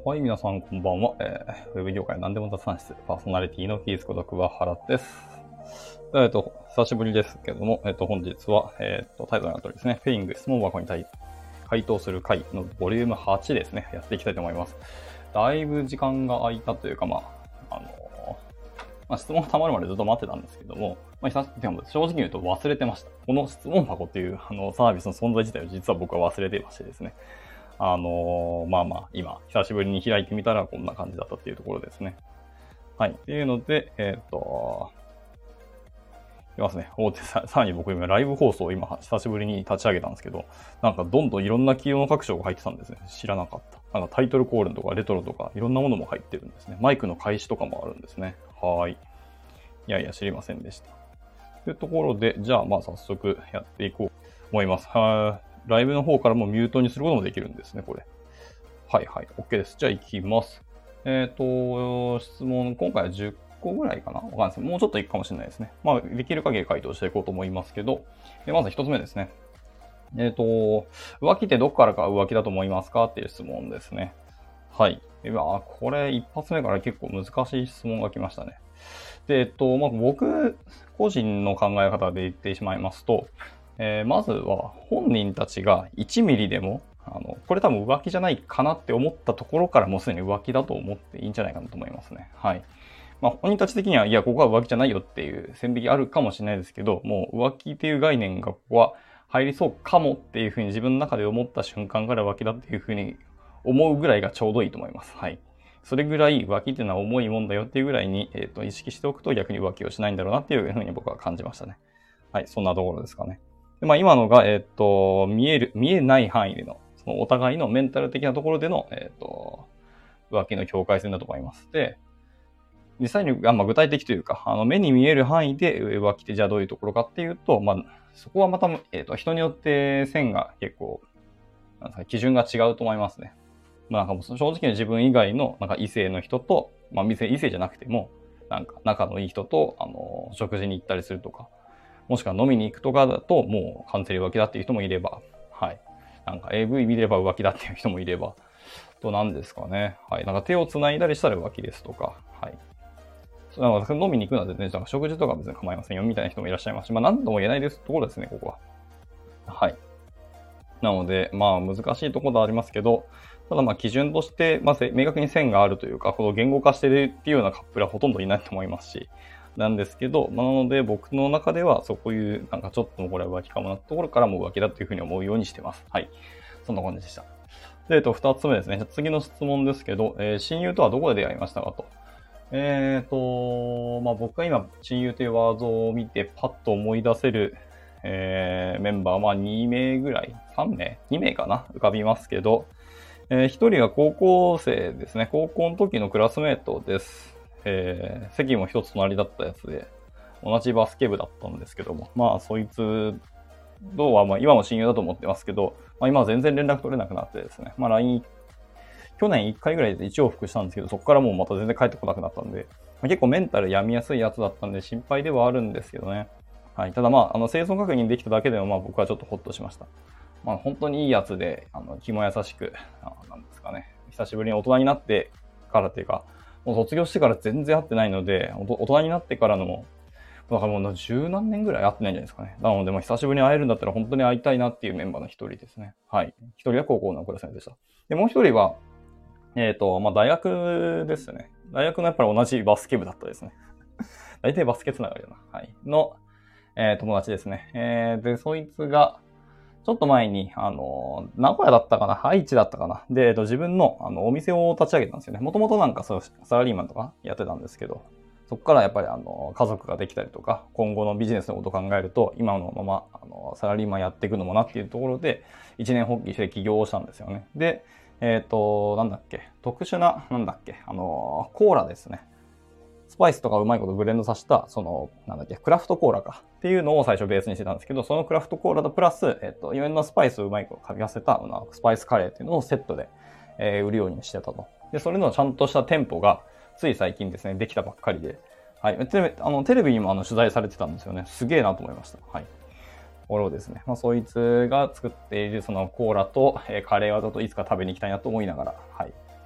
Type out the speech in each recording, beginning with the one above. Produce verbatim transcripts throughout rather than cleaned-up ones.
はい、皆さんこんばんは。えー、ウェブ業界何でも雑談室、パーソナリティのキースこと桑原です。えっと、久しぶりですけども、えっと、本日は、えっと、タイトルの通りですね、フェイング質問箱に対回答する回のボリュームはちですね、やっていきたいと思います。だいぶ時間が空いたというか、まあ、あのー、まあ、質問が溜まるまでずっと待ってたんですけども、まあ、でも正直に言うと忘れてました。この質問箱っていうあのサービスの存在自体を実は僕は忘れていましてですね。あのー、まあまあ、今、久しぶりに開いてみたらこんな感じだったっていうところですね。はい。っていうので、えっと、いますね。おささらに僕今、ライブ放送を今、久しぶりに立ち上げたんですけど、なんかどんどんいろんな企業の各章が入ってたんですね。知らなかった。なんかタイトルコールとかレトロとか、いろんなものも入ってるんですね。マイクの開始とかもあるんですね。はい。いやいや、知りませんでした。というところで、じゃあ、まあ早速やっていこうと思います。はい。ライブの方からもミュートにすることもできるんですね、これ。はいはい。OK です。じゃあ行きます。えっと、質問、今回はじゅっこぐらいかなわかんないです。もうちょっといくかもしれないですね。まあ、できる限り回答していこうと思いますけど、まず一つ目ですね。えっと、浮気ってどこからか浮気だと思いますかっていう質問ですね。はい。今、これ一発目から結構難しい質問が来ましたね。で、えっと、まあ、僕個人の考え方で言ってしまいますと、えー、まずは本人たちがいちミリでも、あの、これ多分浮気じゃないかなって思ったところからもうすでに浮気だと思っていいんじゃないかなと思いますね。はい。まあ、本人たち的には、いや、ここは浮気じゃないよっていう線引きあるかもしれないですけど、もう浮気っていう概念がここは入りそうかもっていうふうに自分の中で思った瞬間から浮気だっていうふうに思うぐらいがちょうどいいと思います。はい。それぐらい浮気っていうのは重いもんだよっていうぐらいに、えーと、意識しておくと逆に浮気をしないんだろうなっていうふうに僕は感じましたね。はい、そんなところですかね。でまあ、今のが、えっ、ー、と、見える、見えない範囲での、そのお互いのメンタル的なところでの、えっ、ー、と、浮気の境界線だと思います。で、実際に、あまあ、具体的というか、あの目に見える範囲で浮気ってじゃあどういうところかっていうと、まあ、そこはまた、えーと、人によって線が結構、なんですか、基準が違うと思いますね。まあ、なんかもう正直に自分以外のなんか異性の人と、まあ異性、異性じゃなくても、なんか仲のいい人と、あの、食事に行ったりするとか、もしくは飲みに行くとかだと、もう完全に浮気だっていう人もいれば、はい。なんか エーブイ 見れば浮気だっていう人もいれば、と何ですかね。はい。なんか手を繋いだりしたら浮気ですとか、はい。なんか飲みに行くのは全然、なんか食事とか別に構いませんよみたいな人もいらっしゃいますし、まあ何とも言えないですところですね、ここは。はい。なので、まあ難しいところではありますけど、ただまあ基準として、まず明確に線があるというか、この言語化してるっていうようなカップルはほとんどいないと思いますし、なんですけど、まあ、なので僕の中ではそういうなんかちょっともこれは浮気かもなってところからも浮気だというふうに思うようにしてます。はい。そんな感じでした。で、えっと、二つ目ですね。次の質問ですけど、えー、親友とはどこで出会いましたかと。えっと、まあ僕が今、親友というワードを見てパッと思い出せるえー、メンバー、まあに名ぐらい ?さん 名 ?に 名かな浮かびますけど、えー、ひとりは高校生ですね。高校の時のクラスメートです。えー、席も一つ隣だったやつで、同じバスケ部だったんですけども、まあそいつとは、まあ今も親友だと思ってますけど、まあ今は全然連絡取れなくなってですね、まあ ライン、去年いっかいぐらいでいち往復したんですけど、そこからもうまた全然帰ってこなくなったんで、まあ、結構メンタル病みやすいやつだったんで心配ではあるんですけどね。はい。ただまあ、あの、生存確認できただけでもまあ僕はちょっとホッとしました。まあ本当にいいやつで、あの、気も優しく、あなんですかね。久しぶりに大人になってからっていうか、もう卒業してから全然会ってないので、大人になってからのも、だからもう十何年ぐらい会ってないんじゃないですかね。なので、まあ久しぶりに会えるんだったら本当に会いたいなっていうメンバーの一人ですね。はい。一人は高校のクラスメートでした。で、もう一人は、えっと、まあ大学ですね。大学のやっぱり同じバスケ部だったですね。大体バスケつながりだな。はい。の、えー、友達ですね。えー、で、そいつが、ちょっと前に、あの、名古屋だったかな愛知だったかなで、えっと、自分の、あの、お店を立ち上げたんですよね。もともとなんかそう、サラリーマンとかやってたんですけど、そこからやっぱり、あの、家族ができたりとか、今後のビジネスのことを考えると、今のまま、あの、サラリーマンやっていくのもなっていうところで、一年発起して起業をしたんですよね。で、えっと、なんだっけ、特殊な、なんだっけ、あの、コーラですね。スパイスとかうまいことブレンドさせた、その、なんだっけ、クラフトコーラかっていうのを最初ベースにしてたんですけど、そのクラフトコーラとプラス、えっと、いろんなスパイスをうまいことかき合わせた、スパイスカレーっていうのをセットで、えー、売るようにしてたと。で、それのちゃんとした店舗が、つい最近ですね、できたばっかりで、はい。テレビ、あの、テレビにもあの取材されてたんですよね。すげえなと思いました。はい。これをですね、まあ、そいつが作っているそのコーラと、えー、カレーはちょっといつか食べに行きたいなと思いながら、はい。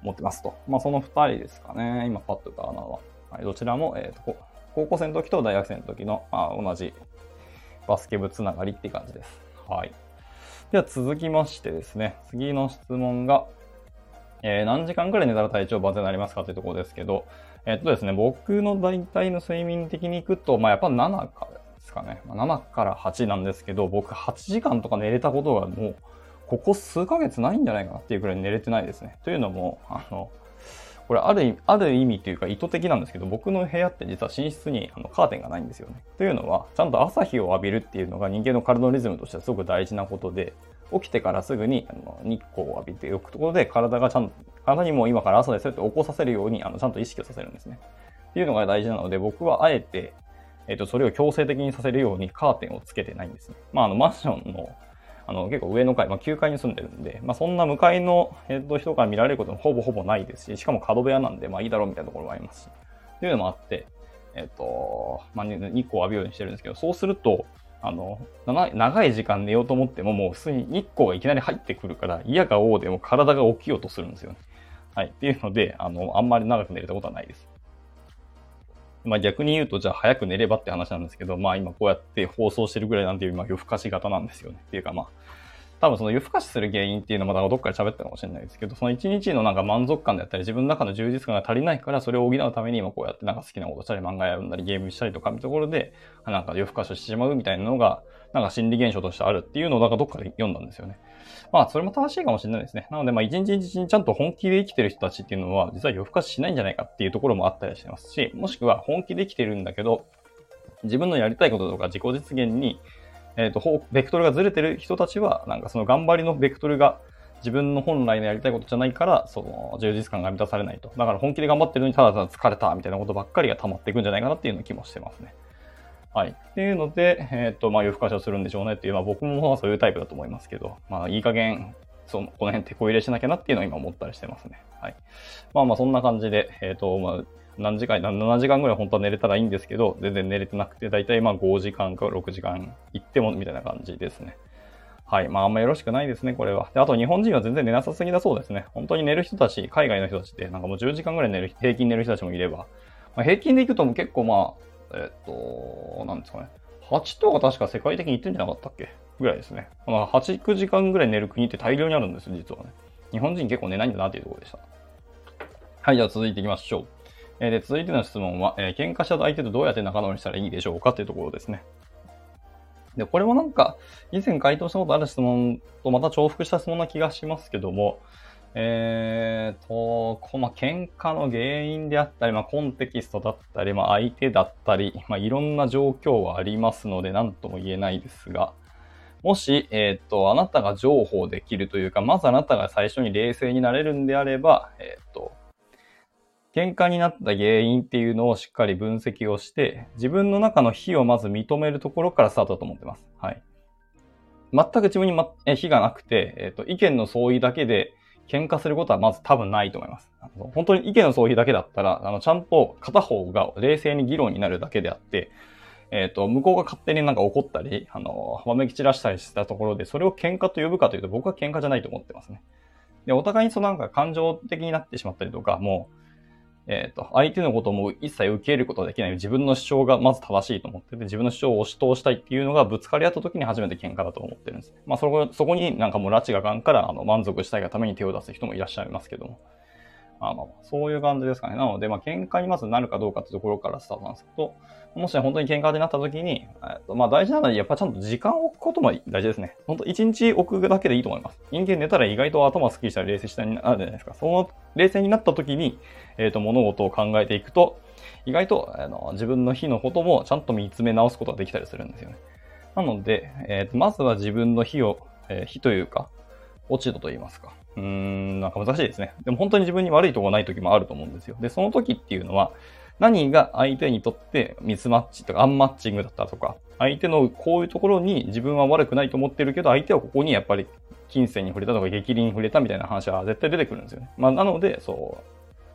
思ってますと。まあ、そのふたりですかね。今、パッと浮かぶのは。はい、どちらも、えっと、高校生の時と大学生の時の、まあ、同じバスケ部つながりっていう感じです。はい。では続きましてですね、次の質問が、えー、何時間くらい寝たら体調万全になりますかというところですけど、えっとですね、僕の大体の睡眠的にいくと、まあ、やっぱななからですかね。ななからはちなんですけど、僕はちじかんとか寝れたことがもう、ここ数ヶ月ないんじゃないかなっていうくらい寝れてないですね。というのも、あの、これある意味、ある意味というか意図的なんですけど、僕の部屋って実は寝室にあのカーテンがないんですよね。というのは、ちゃんと朝日を浴びるっていうのが人間の体のリズムとしてはすごく大事なことで、起きてからすぐにあの日光を浴びておくところで、体がちゃんと、体にも今から朝ですよって起こさせるように、あのちゃんと意識をさせるんですね。っていうのが大事なので、僕はあえて、えっと、それを強制的にさせるようにカーテンをつけてないんですね。まあ、あの、マンションのあの結構上の階、まあ、きゅうかいに住んでるんで、まあ、そんな向かいの、えー、と人から見られることもほぼほぼないですし、しかも角部屋なんで、まあいいだろうみたいなところもありますし、っていうのもあって、えっ、ー、と、まあ、日光を浴びるようにしてるんですけど、そうすると、あの、長い時間寝ようと思っても、もう普通に日光がいきなり入ってくるから、嫌が王でも体が起きようとするんですよね。はい。っていうので、あの、あんまり長く寝れたことはないです。まあ逆に言うと、じゃあ早く寝ればって話なんですけど、まあ今こうやって放送してるぐらいなんていう、まあ夜更かし型なんですよね。っていうかまあ、多分その夜更かしする原因っていうのはまだどっかで喋ったかもしれないですけど、その一日のなんか満足感であったり、自分の中の充実感が足りないから、それを補うために今こうやってなんか好きなことしたり、漫画読んだり、ゲームしたりとかいうところで、なんか夜更かしをしてしまうみたいなのが、なんか心理現象としてあるっていうのをなんかどっかで読んだんですよね。まあそれも正しいかもしれないですね。なのでまあ一日一日ちゃんと本気で生きてる人たちっていうのは、実は夜更かししないんじゃないかっていうところもあったりしてますし、もしくは本気で生きてるんだけど、自分のやりたいこととか自己実現にえっと、ベクトルがずれてる人たちは、なんかその頑張りのベクトルが自分の本来のやりたいことじゃないから、その充実感が満たされないと。だから本気で頑張ってるのにただただ疲れたみたいなことばっかりが溜まっていくんじゃないかなっていうの気もしてますね。はい。っていうので、えっと、まあ夜更かしをするんでしょうねっていう、まあ僕もそういうタイプだと思いますけど、まあいい加減、その、この辺手こ入れしなきゃなっていうのを今思ったりしてますね。はい。まあまあそんな感じで、えっと、まあ、何時間、ななじかんぐらい本当は寝れたらいいんですけど、全然寝れてなくて、だいたいまあごじかんかろくじかん行ってもみたいな感じですね。はい。まああんまよろしくないですね、これは。で、あと日本人は全然寝なさすぎだそうですね。本当に寝る人たち、海外の人たちってなんかもうじゅうじかんぐらい寝る、平均寝る人たちもいれば、まあ、平均でいくとも結構まあ、えっと、なんですかね。はちとか確か世界的に言ってんじゃなかったっけぐらいですね。まあはち、くじかんぐらい寝る国って大量にあるんですよ、実はね。日本人結構寝ないんだなっていうところでした。はい、じゃあ続いていきましょう。えー、で続いての質問は、えー、喧嘩した相手とどうやって仲直りしたらいいでしょうかというところですね。で、これもなんか、以前回答したことある質問とまた重複した質問な気がしますけども、えーと、こまあ、喧嘩の原因であったり、まあ、コンテキストだったり、まあ、相手だったり、まあ、いろんな状況はありますので、何とも言えないですが、もし、えっと、あなたが譲歩できるというか、まずあなたが最初に冷静になれるんであれば、えっと、喧嘩になった原因っていうのをしっかり分析をして、自分の中の非をまず認めるところからスタートだと思ってます。はい。全く自分に、ま、非がなくて、えっと、意見の相違だけで喧嘩することはまず多分ないと思います。本当に意見の相違だけだったら、あの、ちゃんと片方が冷静に議論になるだけであって、えっと、向こうが勝手になんか怒ったり、あの、わめき散らしたりしたところで、それを喧嘩と呼ぶかというと、僕は喧嘩じゃないと思ってますね。で、お互いにそのなんか感情的になってしまったりとか、もう、えっと、相手のことも一切受け入れることができない自分の主張がまず正しいと思ってて、自分の主張を押し通したいっていうのがぶつかり合った時に初めて喧嘩だと思ってるんです。まあ、そこ、そこになんかもう拉致がかんから、あの、満足したいがために手を出す人もいらっしゃいますけども。あの、そういう感じですかね。なので、まあ、喧嘩にまずなるかどうかってところからスタートなんですけど、もし本当に喧嘩になった時に、えっと、まあ、大事なのはやっぱちゃんと時間を置くことも大事ですね。本当一日置くだけでいいと思います。人間寝たら意外と頭すっきりしたり冷静したりになるじゃないですか。その冷静になった時に、えっと、物事を考えていくと、意外とあの自分の非のこともちゃんと見つめ直すことができたりするんですよね。なので、えっと、まずは自分の非を、えー、非というか、落ち度と言いますか。うーん、なんか難しいですね。でも本当に自分に悪いところない時もあると思うんですよ。で、その時っていうのは、何が相手にとってミスマッチとかアンマッチングだったとか、相手のこういうところに自分は悪くないと思ってるけど、相手はここにやっぱり金銭に触れたとか激鱗に触れたみたいな話は絶対出てくるんですよね。まあ、なので、そう、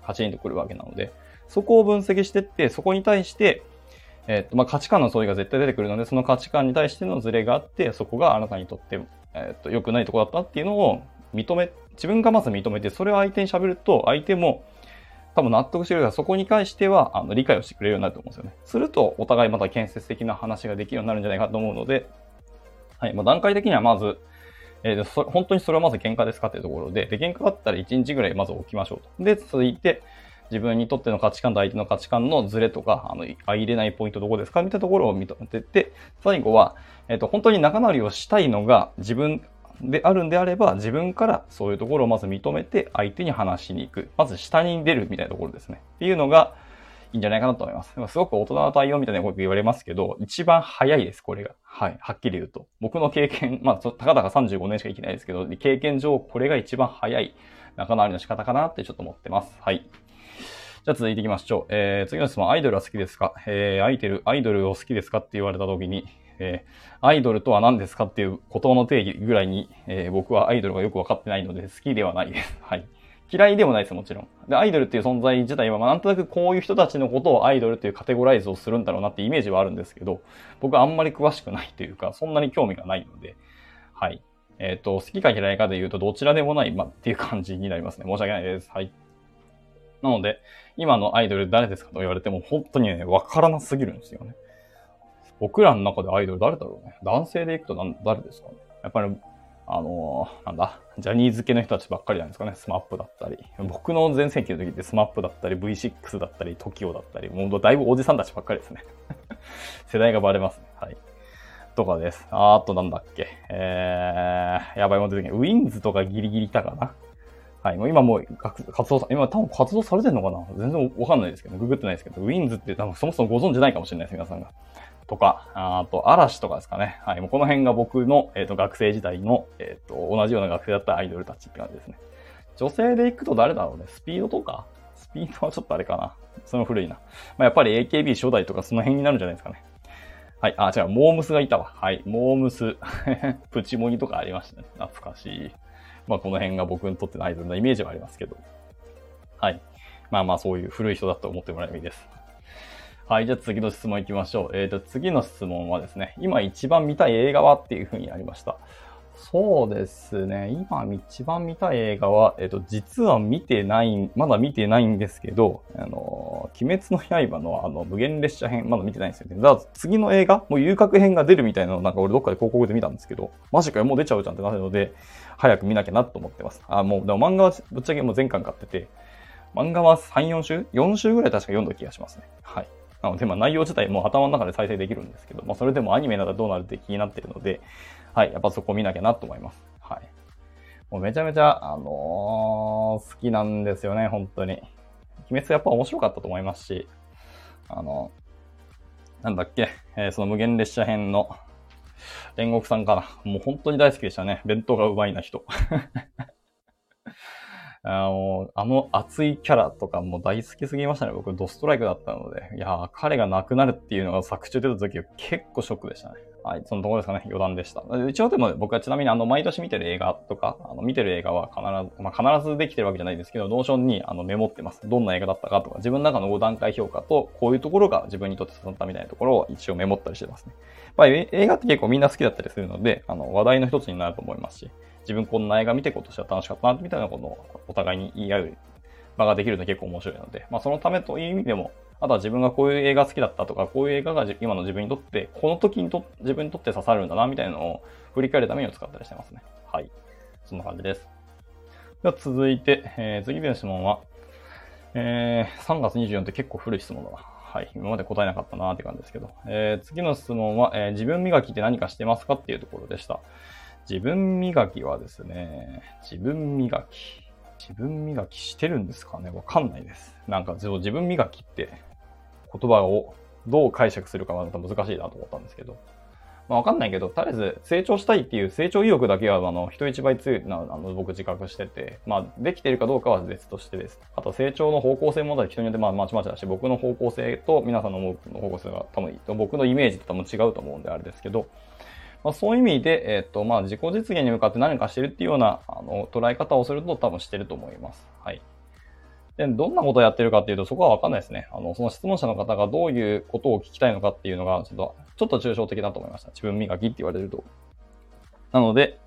カチンとくるわけなので、そこを分析してって、そこに対して、えっと、まあ、価値観の相違が絶対出てくるので、その価値観に対してのズレがあって、そこがあなたにとって、えっと、良くないところだったっていうのを、 認め、自分がまず認めて、それを相手に喋ると、相手も多分納得してくれるから、そこに関しては、あの、理解をしてくれるようになると思うんですよね。すると、お互いまた建設的な話ができるようになるんじゃないかと思うので、はい、まあ、段階的にはまず、えー、そ本当にそれはまず喧嘩ですかっていうところで、で、喧嘩だったらいちにちぐらいまず置きましょうと。で、続いて、自分にとっての価値観と相手の価値観のズレとか、あの、相入れないポイントどこですかみたいなところを認めてって、最後は、えっと、本当に仲直りをしたいのが自分であるんであれば、自分からそういうところをまず認めて、相手に話しに行く。まず下に出るみたいなところですね。っていうのが、いいんじゃないかなと思います。すごく大人の対応みたいなこと言われますけど、一番早いです、これが。はい。はっきり言うと。僕の経験、まあ、たかだかさんじゅうごねんしか生きてないですけど、経験上、これが一番早い仲直りの仕方かなってちょっと思ってます。はい。じゃあ続いていきましょう。えー、次の質問、アイドルは好きですか？えー、アイテル、アイドルを好きですかって言われたときに、えー、アイドルとは何ですかっていう言葉の定義ぐらいに、えー、僕はアイドルがよくわかってないので好きではないです。はい。嫌いでもないです、もちろん。で、アイドルっていう存在自体は、まあ、なんとなくこういう人たちのことをアイドルっていうカテゴライズをするんだろうなってイメージはあるんですけど、僕はあんまり詳しくないというか、そんなに興味がないので、はい。えっと、好きか嫌いかで言うとどちらでもない、まあ、っていう感じになりますね。申し訳ないです。はい。なので、今のアイドル誰ですかと言われても本当にね、わからなすぎるんですよね。僕らの中でアイドル誰だろうね。男性でいくと何誰ですかね。やっぱり、あのー、なんだ、ジャニーズ系の人たちばっかりなんですかね。スマップだったり。僕の全盛期の時ってスマップだったり、ブイシックス だったり、トキオだったり、もうだいぶおじさんたちばっかりですね。世代がバレますね。はい。とかです。あ, あとなんだっけ。えー、やばいもん出てきない。ウィンズとかギリギリいたかな。はい。もう今もう活動さ、今多分活動されてるのかな全然わかんないですけど、ググってないですけど、ウィンズって多分そもそもご存知ないかもしれないです、皆さんが。とか、あと、嵐とかですかね。はい。もうこの辺が僕の、えっと、学生時代の、えっと、同じような学生だったアイドルたちって感じですね。女性で行くと誰だろうね。スピードとかスピードはちょっとあれかな。その古いな。まあ、やっぱり エーケービー 初代とかその辺になるんじゃないですかね。はい。あ、違う。モームスがいたわ。はい。モームス。プチモニとかありましたね。懐かしい。まあ、この辺が僕にとってのアイドルのイメージはありますけど。はい。まあまあ、そういう古い人だと思ってもらえばいいです。はい。じゃあ次の質問行きましょう。えっと、次の質問はですね、今一番見たい映画はっていう風になりました。そうですね。今一番見たい映画は、えっと、実は見てない、まだ見てないんですけど、あの、鬼滅の刃のあの、無限列車編、まだ見てないんですよね。だから次の映画、もう遊郭編が出るみたいなのなんか俺どっかで広告で見たんですけど、マジかよ、もう出ちゃうじゃんってなるので、早く見なきゃなと思ってます。あ、もう、でも漫画はぶっちゃけもう全巻買ってて、漫画はさん、よん週 ?よん 週ぐらい確か読んだ気がしますね。はい。なので、まあ内容自体もう頭の中で再生できるんですけど、まあそれでもアニメならどうなるって気になってるので、はい。やっぱそこを見なきゃなと思います。はい。もうめちゃめちゃ、あのー、好きなんですよね、本当に。鬼滅やっぱ面白かったと思いますし、あの、なんだっけ、えー、その無限列車編の煉獄さんかな。もう本当に大好きでしたね。弁当がうまいな人。あの、あの熱いキャラとかも大好きすぎましたね。僕ドストライクだったので。いやー、彼が亡くなるっていうのが作中出た時は結構ショックでしたね。はい、そのところですかね。余談でした。一応でも僕はちなみにあの、毎年見てる映画とか、あの、見てる映画は必ず、まあ、必ずできてるわけじゃないですけど、ノーションにあのメモってます。どんな映画だったかとか、自分の中のご段階評価と、こういうところが自分にとって刺さったみたいなところを一応メモったりしてますね。まあ、映画って結構みんな好きだったりするので、あの、話題の一つになると思いますし、自分こんな映画見て今年は楽しかったな、みたいなことをお互いに言い合う場ができるの結構面白いので、まあそのためという意味でも、あとは自分がこういう映画好きだったとか、こういう映画が今の自分にとって、この時にと自分にとって刺さるんだな、みたいなのを振り返るために使ったりしてますね。はい。そんな感じです。では続いて、えー、次の質問は、えー、さんがつにじゅうよっかって結構古い質問だな。はい。今まで答えなかったなって感じですけど。えー、次の質問は、えー、自分磨きって何かしてますかっていうところでした。自分磨きはですね、自分磨き。自分磨きしてるんですかね？わかんないです。なんか自分磨きって言葉をどう解釈するかはまた難しいなと思ったんですけど。まあわかんないけど、とりあえず成長したいっていう成長意欲だけはあの人一倍強いな、あの僕自覚してて、まあできているかどうかは別としてです。あと成長の方向性も人によってまあまちまちだし、僕の方向性と皆さんの方向性が多分僕のイメージと多分違うと思うんであれですけど、まあ、そういう意味で、えっと、まあ、自己実現に向かって何かしてるっていうような、あの、捉え方をすると多分してると思います。はい。で、どんなことをやってるかっていうと、そこはわかんないですね。あの、その質問者の方がどういうことを聞きたいのかっていうのが、ちょっと、ちょっと抽象的だと思いました。自分磨きって言われると。なので、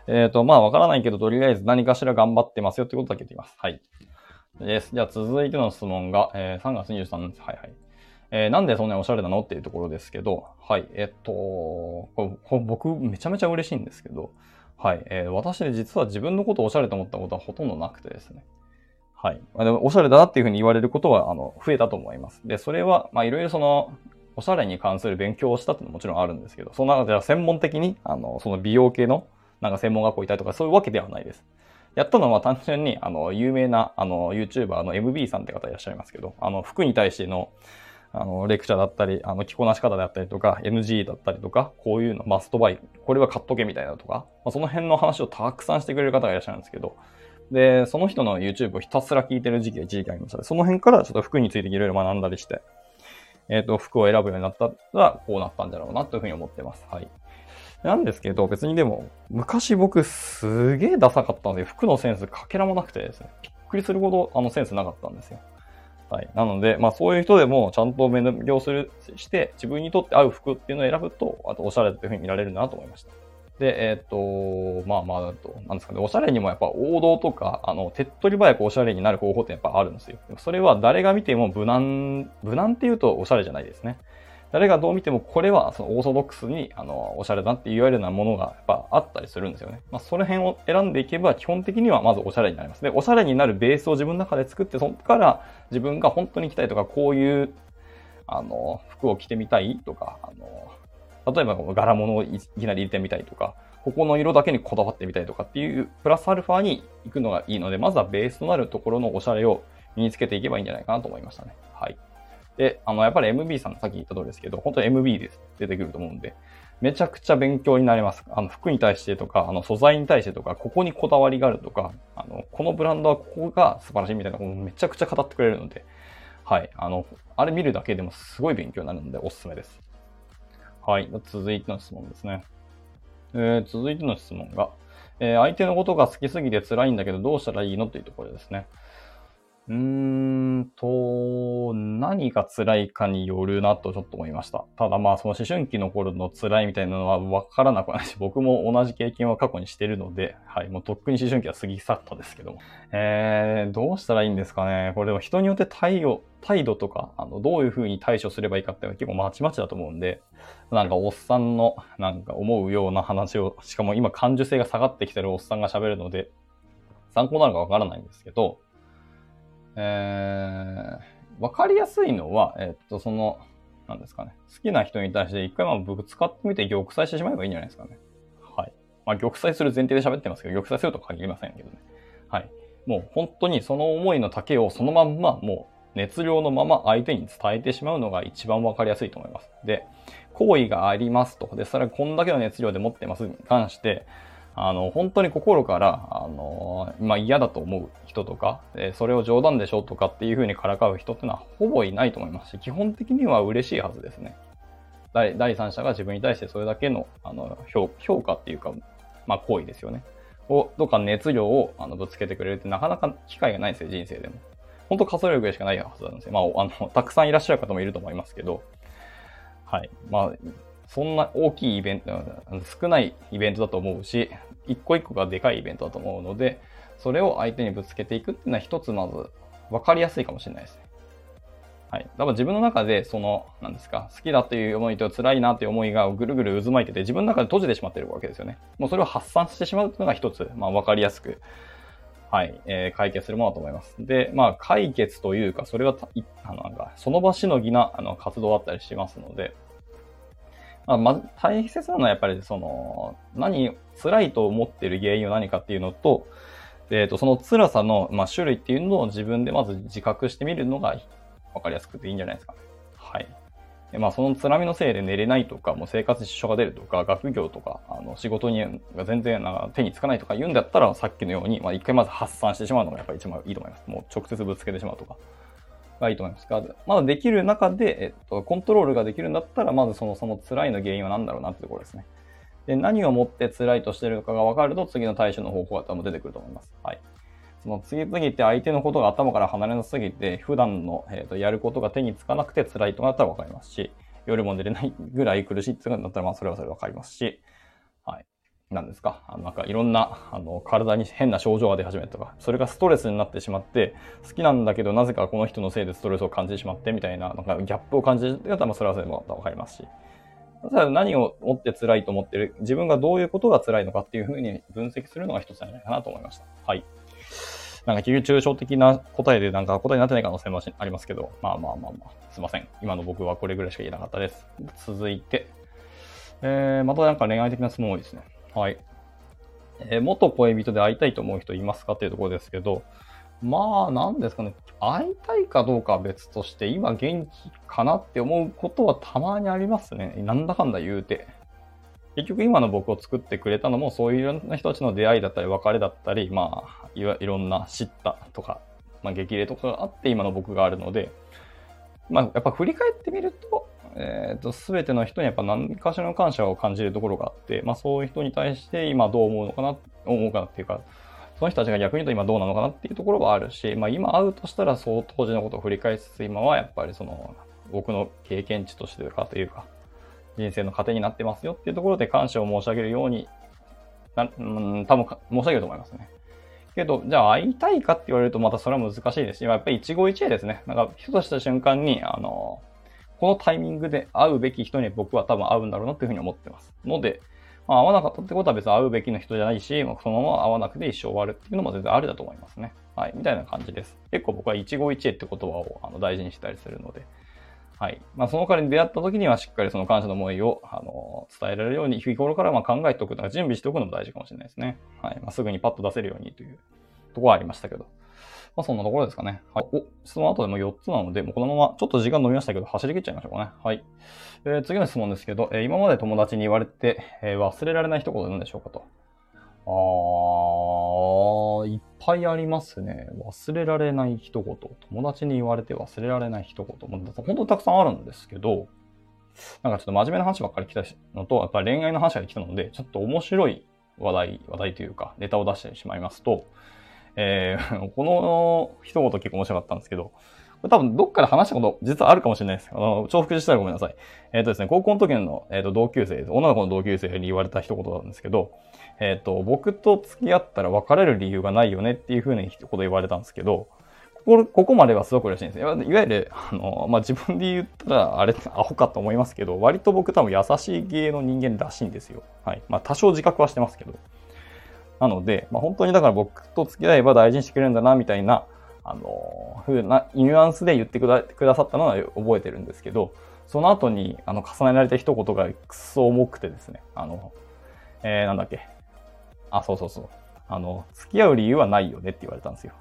えっと、まあ、わからないけど、とりあえず何かしら頑張ってますよってことだけ言っています。はい。です。じゃあ、続いての質問が、えー、さんがつにじゅうさんにち、はいはい。えー、なんでそんなにおしゃれなのっていうところですけど、はい。えっと、これこれ僕、めちゃめちゃ嬉しいんですけど、はい。えー、私で実は自分のことをおしゃれと思ったことはほとんどなくてですね。はい。まあ、でもおしゃれだなっていうふうに言われることは、あの、増えたと思います。で、それは、まあ、いろいろその、おしゃれに関する勉強をしたっていうのももちろんあるんですけど、その中では専門的に、あの、その美容系の、なんか専門学校いたりとか、そういうわけではないです。やったのは単純に、あの、有名な、あの、YouTuber の エムビー さんって方いらっしゃいますけど、あの、服に対しての、あの、レクチャーだったり、あの、着こなし方であったりとか、エヌジー だったりとか、こういうの、マストバイ、これは買っとけみたいなとか、まあ、その辺の話をたくさんしてくれる方がいらっしゃるんですけど、で、その人の YouTube をひたすら聞いてる時期が一時期ありました。その辺からちょっと服についていろいろ学んだりして、えっと、服を選ぶようになったら、こうなったんだろうなというふうに思ってます。はい。なんですけど、別にでも、昔僕すげえダサかったので、服のセンスかけらもなくてですね、びっくりするほどあのセンスなかったんですよ。はい。なので、まあそういう人でもちゃんと勉強する、して、自分にとって合う服っていうのを選ぶと、あとおしゃれというふうに見られるなと思いました。で、えっと、まあまあ、と、なんですかね、おしゃれにもやっぱ王道とか、あの、手っ取り早くおしゃれになる方法ってやっぱあるんですよ。それは誰が見ても無難、無難って言うとおしゃれじゃないですね。誰がどう見てもこれはそのオーソドックスにあのおしゃれだって言われるようなものがやっぱあったりするんですよね。まあその辺を選んでいけば基本的にはまずおしゃれになります。で、おしゃれになるベースを自分の中で作って、そこから自分が本当に着たいとか、こういうあの服を着てみたいとか、あの例えばこの柄物をいきなり入れてみたいとか、ここの色だけにこだわってみたいとかっていうプラスアルファに行くのがいいので、まずはベースとなるところのおしゃれを身につけていけばいいんじゃないかなと思いましたね。はい。で、あの、やっぱり エムビー さんのさっき言った通りですけど、本当に エムビー です。出てくると思うんで、めちゃくちゃ勉強になります。あの、服に対してとか、あの、素材に対してとか、ここにこだわりがあるとか、あの、このブランドはここが素晴らしいみたいなことをめちゃくちゃ語ってくれるので、はい。あの、あれ見るだけでもすごい勉強になるので、おすすめです。はい。続いての質問ですね。えー、続いての質問が、えー、相手のことが好きすぎて辛いんだけどどうしたらいいのというところですね。うーんと、何が辛いかによるなとちょっと思いました。ただまあその思春期の頃の辛いみたいなのは分からなくはないし、僕も同じ経験は過去にしてるので、はい、もうとっくに思春期は過ぎ去ったですけども。えー、どうしたらいいんですかね。これでも人によって態度、態度とか、あの、どういう風に対処すればいいかっていうのは結構まちまちだと思うんで、なんかおっさんのなんか思うような話を、しかも今感受性が下がってきてるおっさんが喋るので、参考なのかわからないんですけど、えー、わかりやすいのは、えっと、その、なんですかね。好きな人に対して一回まあ僕使ってみて玉砕してしまえばいいんじゃないですかね。はい。まあ玉砕する前提で喋ってますけど、玉砕するとは限りませんけどね。はい。もう本当にその思いの丈をそのまんま、もう熱量のまま相手に伝えてしまうのが一番わかりやすいと思います。で、好意がありますと。で、それはこんだけの熱量で持ってますに関して、あの、本当に心から、あの、まあ、嫌だと思う人とか、えそれを冗談でしょとかっていう風にからかう人ってのはほぼいないと思いますし、基本的には嬉しいはずですね。第第三者が自分に対してそれだけの、あの、評評価っていうか、まあ、行為ですよね。を、とか熱量をあのぶつけてくれるってなかなか機会がないですよ、人生でも。本当数えるぐらいしかないはずなんですよ。まあ、あの、たくさんいらっしゃる方もいると思いますけど、はい。まあ、そんな大きいイベント、少ないイベントだと思うし、一個一個がでかいイベントだと思うので、それを相手にぶつけていくっていうのは一つまず分かりやすいかもしれないですね。はい。だから自分の中で、その、なんですか、好きだという思いと辛いなという思いがぐるぐる渦巻いてて、自分の中で閉じてしまっているわけですよね。もうそれを発散してしまうっていうのが一つ、まあ分かりやすく、はい、えー、解決するものだと思います。で、まあ解決というか、それは、あの、なんか、その場しのぎな、あの、活動だったりしますので、まあ、まず大切なのはやっぱりその、何、辛いと思っている原因は何かっていうのと、えっと、その辛さの、まあ、種類っていうのを自分でまず自覚してみるのが分かりやすくていいんじゃないですかね。はい。でまあ、その辛みのせいで寝れないとか、もう生活に支障が出るとか、学業とか、あの仕事にが全然なんか手につかないとか言うんだったら、さっきのように、まあ、一回まず発散してしまうのがやっぱり一番いいと思います。もう直接ぶつけてしまうとか。がいいと思いますが、まだできる中で、えっと、コントロールができるんだったら、まずその、その辛いの原因は何だろうなってところですね。で、何をもって辛いとしているのかが分かると、次の対処の方法が多分出てくると思います。はい。その次々って相手のことが頭から離れなすぎて、普段の、えっと、やることが手につかなくて辛いとなったら分かりますし、夜も寝れないぐらい苦しいってなったら、まあそれはそれで分かりますし、はい。 なんですか、あのなんかいろんな、あの、体に変な症状が出始めたとか、それがストレスになってしまって、好きなんだけど、なぜかこの人のせいでストレスを感じてしまって、みたいな、なんかギャップを感じる方もそれはそれでまたわかりますし、ただ何をもって辛いと思ってる、自分がどういうことが辛いのかっていうふうに分析するのが一つじゃないかなと思いました。はい。なんか、抽象的な答えで、なんか答えになってない可能性もありますけど、まあまあまあまあ、すいません。今の僕はこれぐらいしか言えなかったです。続いて、えー、またなんか恋愛的な質問多いですね。はい。えー、元恋人で会いたいと思う人いますかっていうところですけど、まあ、なんですかね。会いたいかどうかは別として、今元気かなって思うことはたまにありますね。なんだかんだ言うて。結局今の僕を作ってくれたのも、そういういろんな人たちの出会いだったり、別れだったり、まあ、いわいろんな知ったとか、まあ、激励とかがあって今の僕があるので、まあ、やっぱ振り返ってみると、えっと、すべての人にやっぱ何かしらの感謝を感じるところがあって、まあそういう人に対して今どう思うのかな、思うかなっていうか、その人たちが逆に言うと今どうなのかなっていうところはあるし、まあ今会うとしたらそう当時のことを振り返りつつ、今はやっぱりその僕の経験値としてかというか、人生の糧になってますよっていうところで感謝を申し上げるようにな、うん、多分申し上げると思いますね。けど、じゃあ会いたいかって言われるとまたそれは難しいですし、やっぱり一期一会ですね。なんか、人とした瞬間に、あの、このタイミングで会うべき人に僕は多分会うんだろうなっていうふうに思ってます。ので、まあ、会わなかったってことは別に会うべきの人じゃないし、まあ、そのまま会わなくて一生終わるっていうのも全然ありだと思いますね。はい。みたいな感じです。結構僕は一期一会って言葉をあの大事にしたりするので、はい。まあ、その代わりに出会った時にはしっかりその感謝の思いを、あの、伝えられるように日頃からまあ考えておくとか準備しておくのも大事かもしれないですね。はい。まあ、すぐにパッと出せるようにというところはありましたけど。まあ、そんなところですかね。はい。お、質問後でもよっつなので、もうこのままちょっと時間伸びましたけど、走り切っちゃいましょうかね。はい。えー、次の質問ですけど、えー、今まで友達に言われて、えー、忘れられない一言なんでしょうかと。あー、いっぱいありますね。忘れられない一言。友達に言われて忘れられない一言。もう本当にたくさんあるんですけど、なんかちょっと真面目な話ばっかり来たのと、やっぱり恋愛の話が来たので、ちょっと面白い話題、話題というか、ネタを出してしまいますと、えー、この一言結構面白かったんですけど、これ多分どっかで話したこと実はあるかもしれないです。あの、重複したらごめんなさい。えっ、ー、とですね、高校の時の、えー、と同級生、女の子の同級生に言われた一言なんですけど、えっ、ー、と、僕と付き合ったら別れる理由がないよねっていう風に一言言われたんですけど、ここ、ここまではすごく嬉しいんですよ。いわゆる、あの、まあ、自分で言ったら、あれ、アホかと思いますけど、割と僕多分優しい系の人間らしいんですよ。はい。まあ、多少自覚はしてますけど。なので、まあ、本当にだから僕と付き合えば大事にしてくれるんだな、みたいな、あの、ふうな、ニュアンスで言ってくだくださったのは覚えてるんですけど、その後に、あの、重ねられた一言がくそ重くてですね、あの、えー、なんだっけ。あ、そうそうそう。あの、付き合う理由はないよねって言われたんですよ。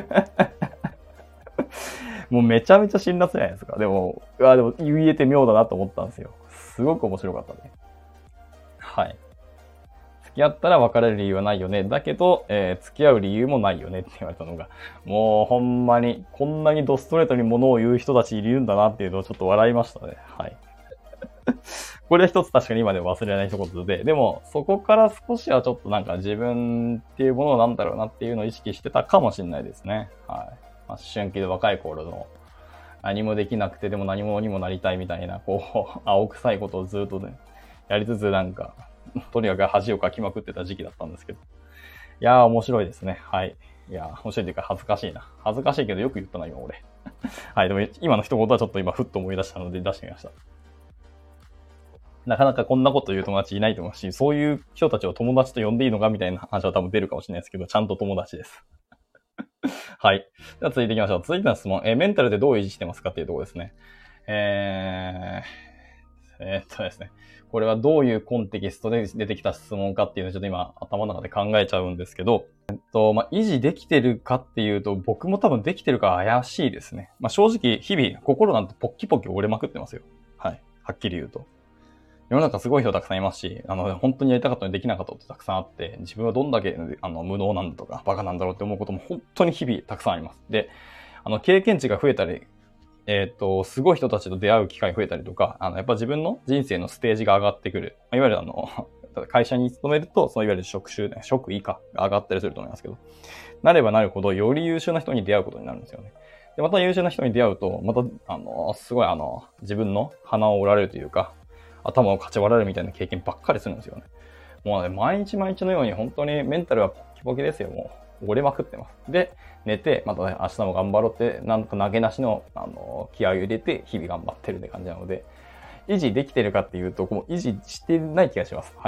もうめちゃめちゃ辛辣じゃないですか。でも、うわ、でも言えて妙だなと思ったんですよ。すごく面白かったね。はい。付き合ったら別れる理由はないよね。だけど、えー、付き合う理由もないよねって言われたのが、もうほんまに、こんなにドストレートに物を言う人たちいるんだなっていうのをちょっと笑いましたね。はい。これは一つ確かに今でも忘れられない一言で、でもそこから少しはちょっとなんか自分っていうものなんだろうなっていうのを意識してたかもしれないですね。はい。まあ、思春期で若い頃の何もできなくてでも何者にもなりたいみたいな、こう、青臭いことをずっとね、やりつつなんか、とにかく恥をかきまくってた時期だったんですけど。いやー面白いですね。はい。いやー面白いというか恥ずかしいな。恥ずかしいけどよく言ったな今俺。はい。でも今の一言はちょっと今ふっと思い出したので出してみました。なかなかこんなこと言う友達いないと思うし、そういう人たちを友達と呼んでいいのかみたいな話は多分出るかもしれないですけど、ちゃんと友達です。はい。では続いていきましょう。続いての質問。えー、メンタルでどう維持してますかっていうところですね。えー、えー、っとですね。これはどういうコンテキストで出てきた質問かっていうのをちょっと今頭の中で考えちゃうんですけど、えっと、まあ、維持できてるかっていうと、僕も多分できてるか怪しいですね。まあ、正直、日々、心なんてポッキポキ折れまくってますよ。はい。はっきり言うと。世の中すごい人たくさんいますし、あの、本当にやりたかったのにできなかったことたくさんあって、自分はどんだけ、あの、無能なんだとか、バカなんだろうって思うことも本当に日々たくさんあります。で、あの、経験値が増えたり、えっと、すごい人たちと出会う機会増えたりとか、あの、やっぱ自分の人生のステージが上がってくる。いわゆるあの、会社に勤めると、そのいわゆる職種、職位下が上がったりすると思いますけど、なればなるほど、より優秀な人に出会うことになるんですよね。で、また優秀な人に出会うと、また、あの、すごいあの、自分の鼻を折られるというか、頭をかち割られるみたいな経験ばっかりするんですよね。 もうね、毎日毎日のように本当にメンタルはポキポキですよ、もう。折れまくってます。で、寝て、またね、明日も頑張ろうって、なんと投げなしの、あの、気合を入れて、日々頑張ってるって感じなので、維持できてるかっていうと、もう維持してない気がします。はい。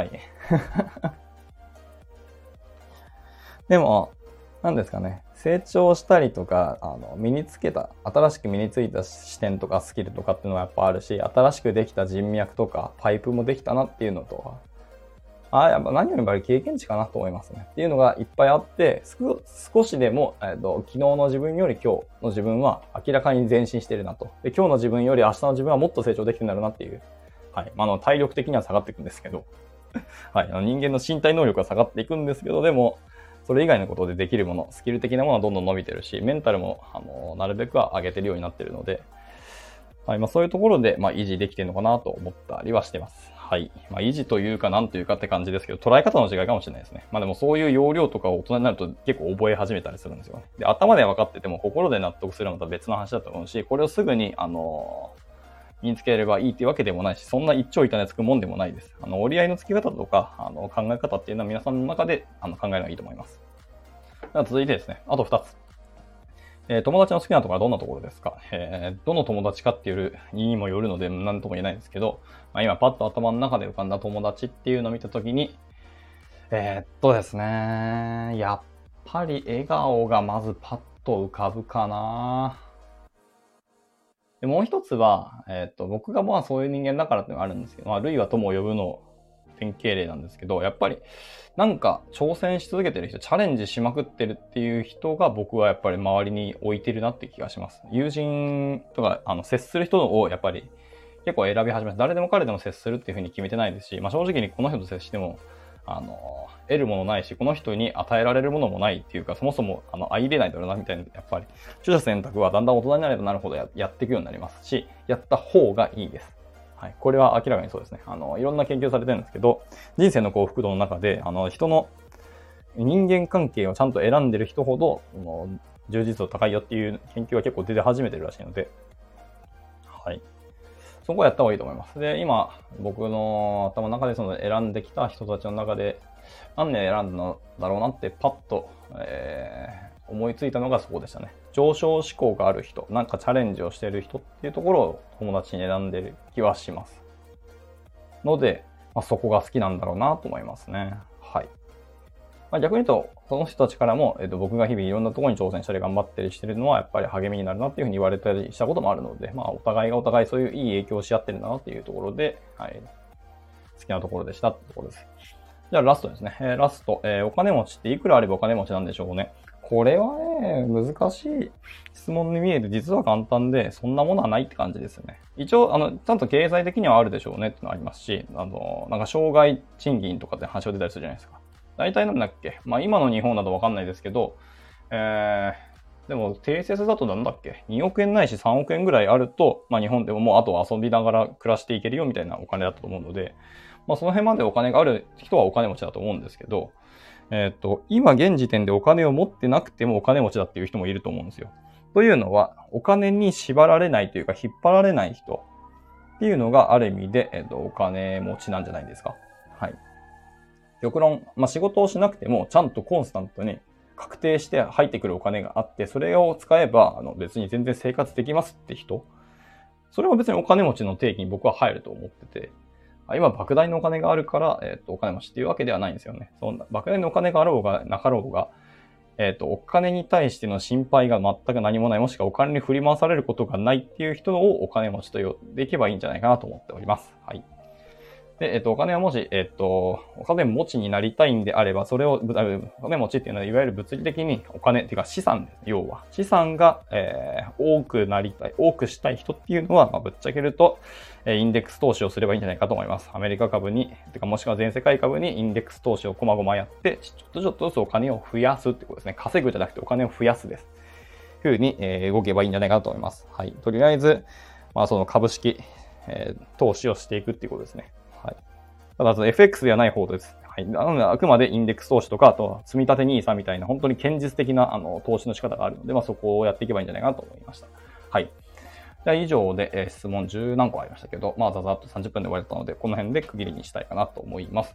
でも、なんですかね、成長したりとか、あの、身につけた、新しく身についた視点とかスキルとかっていうのはやっぱあるし、新しくできた人脈とか、パイプもできたなっていうのと、あ、やっぱ何よりも経験値かなと思いますね。っていうのがいっぱいあって、少しでも、えっと、昨日の自分より今日の自分は明らかに前進してるなと。で、今日の自分より明日の自分はもっと成長できてるんだろうなっていう。はい。まあ、あの、体力的には下がっていくんですけど。はい。あの人間の身体能力は下がっていくんですけど、でも、それ以外のことでできるもの、スキル的なものはどんどん伸びてるし、メンタルも、あの、なるべくは上げてるようになってるので、はい。まあ、そういうところで、まあ、維持できてるのかなと思ったりはしてます。はい。まあ、維持というか何というかって感じですけど、捉え方の違いかもしれないですね。まあでもそういう要領とかを大人になると結構覚え始めたりするんですよね。で、頭で分かってても心で納得するのはまた別の話だと思うし、これをすぐに、あのー、身につければいいっていうわけでもないし、そんな一長一短でつくもんでもないです。あの、折り合いのつき方とか、あの、考え方っていうのは皆さんの中であの考えるのがいいと思います。では続いてですね、あと二つ。えー、友達の好きなところはどんなところですか？えー、どの友達かっていうにもよるので何とも言えないんですけど、まあ、今パッと頭の中で浮かんだ友達っていうのを見たときに、えー、っとですね、やっぱり笑顔がまずパッと浮かぶかな。でもう一つは、えー、っと僕がまあそういう人間だからっていうのがあるんですけど、まあ、類は友を呼ぶの典型例なんですけど、やっぱりなんか挑戦し続けてる人、チャレンジしまくってるっていう人が僕はやっぱり周りに置いてるなって気がします。友人とか、あの、接する人をやっぱり結構選び始めます。誰でも彼でも接するっていうふうに決めてないですし、まあ正直にこの人と接しても、あの、得るものないし、この人に与えられるものもないっていうか、そもそも、あの、相入れないだろうなみたいな、やっぱり、取捨選択はだんだん大人になればなるほど や, やっていくようになりますし、やった方がいいです。はい。これは明らかにそうですね。あの、いろんな研究されてるんですけど、人生の幸福度の中で、あの、人の人間関係をちゃんと選んでる人ほど、の充実度高いよっていう研究は結構出て始めてるらしいので、はい。そこはやった方がいいと思います。で、今、僕の頭の中でその選んできた人たちの中で、何年選んだのだろうなってパッと、えー、思いついたのがそこでしたね。上昇志向がある人、なんかチャレンジをしている人っていうところを友達に選んでる気はします。ので、まあ、そこが好きなんだろうなと思いますね。はい。まあ、逆に言うと、その人たちからも、えっと、僕が日々いろんなところに挑戦したり頑張ったりしてるのはやっぱり励みになるなっていうふうに言われたりしたこともあるので、まあ、お互いがお互いそういういい影響をし合ってるんだなっていうところで、はい。好きなところでしたってところです。じゃあラストですね。えー、ラスト、えー、お金持ちっていくらあればお金持ちなんでしょうね。これはね、難しい質問に見える。実は簡単で、そんなものはないって感じですよね。一応、あの、ちゃんと経済的にはあるでしょうねってのありますし、あの、なんか障害賃金とかって話が出たりするじゃないですか。大体なんだっけ、まあ今の日本だとわかんないですけど、えー、でも定説だとなんだっけ、におくえんないしさんおくえんぐらいあると、まあ日本でももうあとは遊びながら暮らしていけるよみたいなお金だったと思うので、まあその辺までお金がある人はお金持ちだと思うんですけど、えっと、今現時点でお金を持ってなくてもお金持ちだっていう人もいると思うんですよ。というのは、お金に縛られないというか引っ張られない人っていうのがある意味で、えっと、お金持ちなんじゃないですか。はい。極論、まあ仕事をしなくてもちゃんとコンスタントに確定して入ってくるお金があって、それを使えばあの別に全然生活できますって人、それは別にお金持ちの定義に僕は入ると思ってて、今、莫大なお金があるから、えっと、お金持ちっていうわけではないんですよね。そんな、莫大なお金があろうがなかろうが、えっと、お金に対しての心配が全く何もない、もしくはお金に振り回されることがないっていう人をお金持ちと呼んでいけばいいんじゃないかなと思っております。はい。で、えっと、お金はもし、えっと、お金持ちになりたいんであれば、それを、お金持ちっていうのは、いわゆる物理的にお金、っていうか資産です。要は。資産が、えー、多くなりたい、多くしたい人っていうのは、まあ、ぶっちゃけると、えー、インデックス投資をすればいいんじゃないかと思います。アメリカ株に、てかもしくは全世界株にインデックス投資をこまごまやって、ちょっとちょっとずつお金を増やすってことですね。稼ぐじゃなくてお金を増やすです。ふうに、えー、動けばいいんじゃないかなと思います。はい。とりあえず、まあ、その株式、えー、投資をしていくっていうことですね。はい。ただ、エフエックス ではない方です。はい。なので、あくまでインデックス投資とか、あとは積み立て ニーサ みたいな、本当に堅実的な、あの、投資の仕方があるので、まあ、そこをやっていけばいいんじゃないかなと思いました。はい。じゃあ、以上で、えー、質問じゅう何個ありましたけど、まあ、ざざっとさんじゅっぷんで終われたので、この辺で区切りにしたいかなと思います。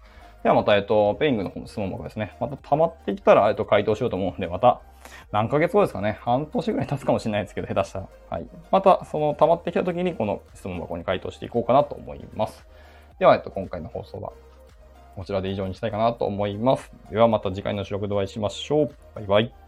ではまた、えっと、ペイングの方の質問箱ですね。また溜まってきたら、えっと、回答しようと思うので、また、何ヶ月後ですかね。半年ぐらい経つかもしれないですけど、下手したら。はい。また、その溜まってきた時に、この質問箱に回答していこうかなと思います。では、えっと、今回の放送は、こちらで以上にしたいかなと思います。ではまた次回の収録でお会いしましょう。バイバイ。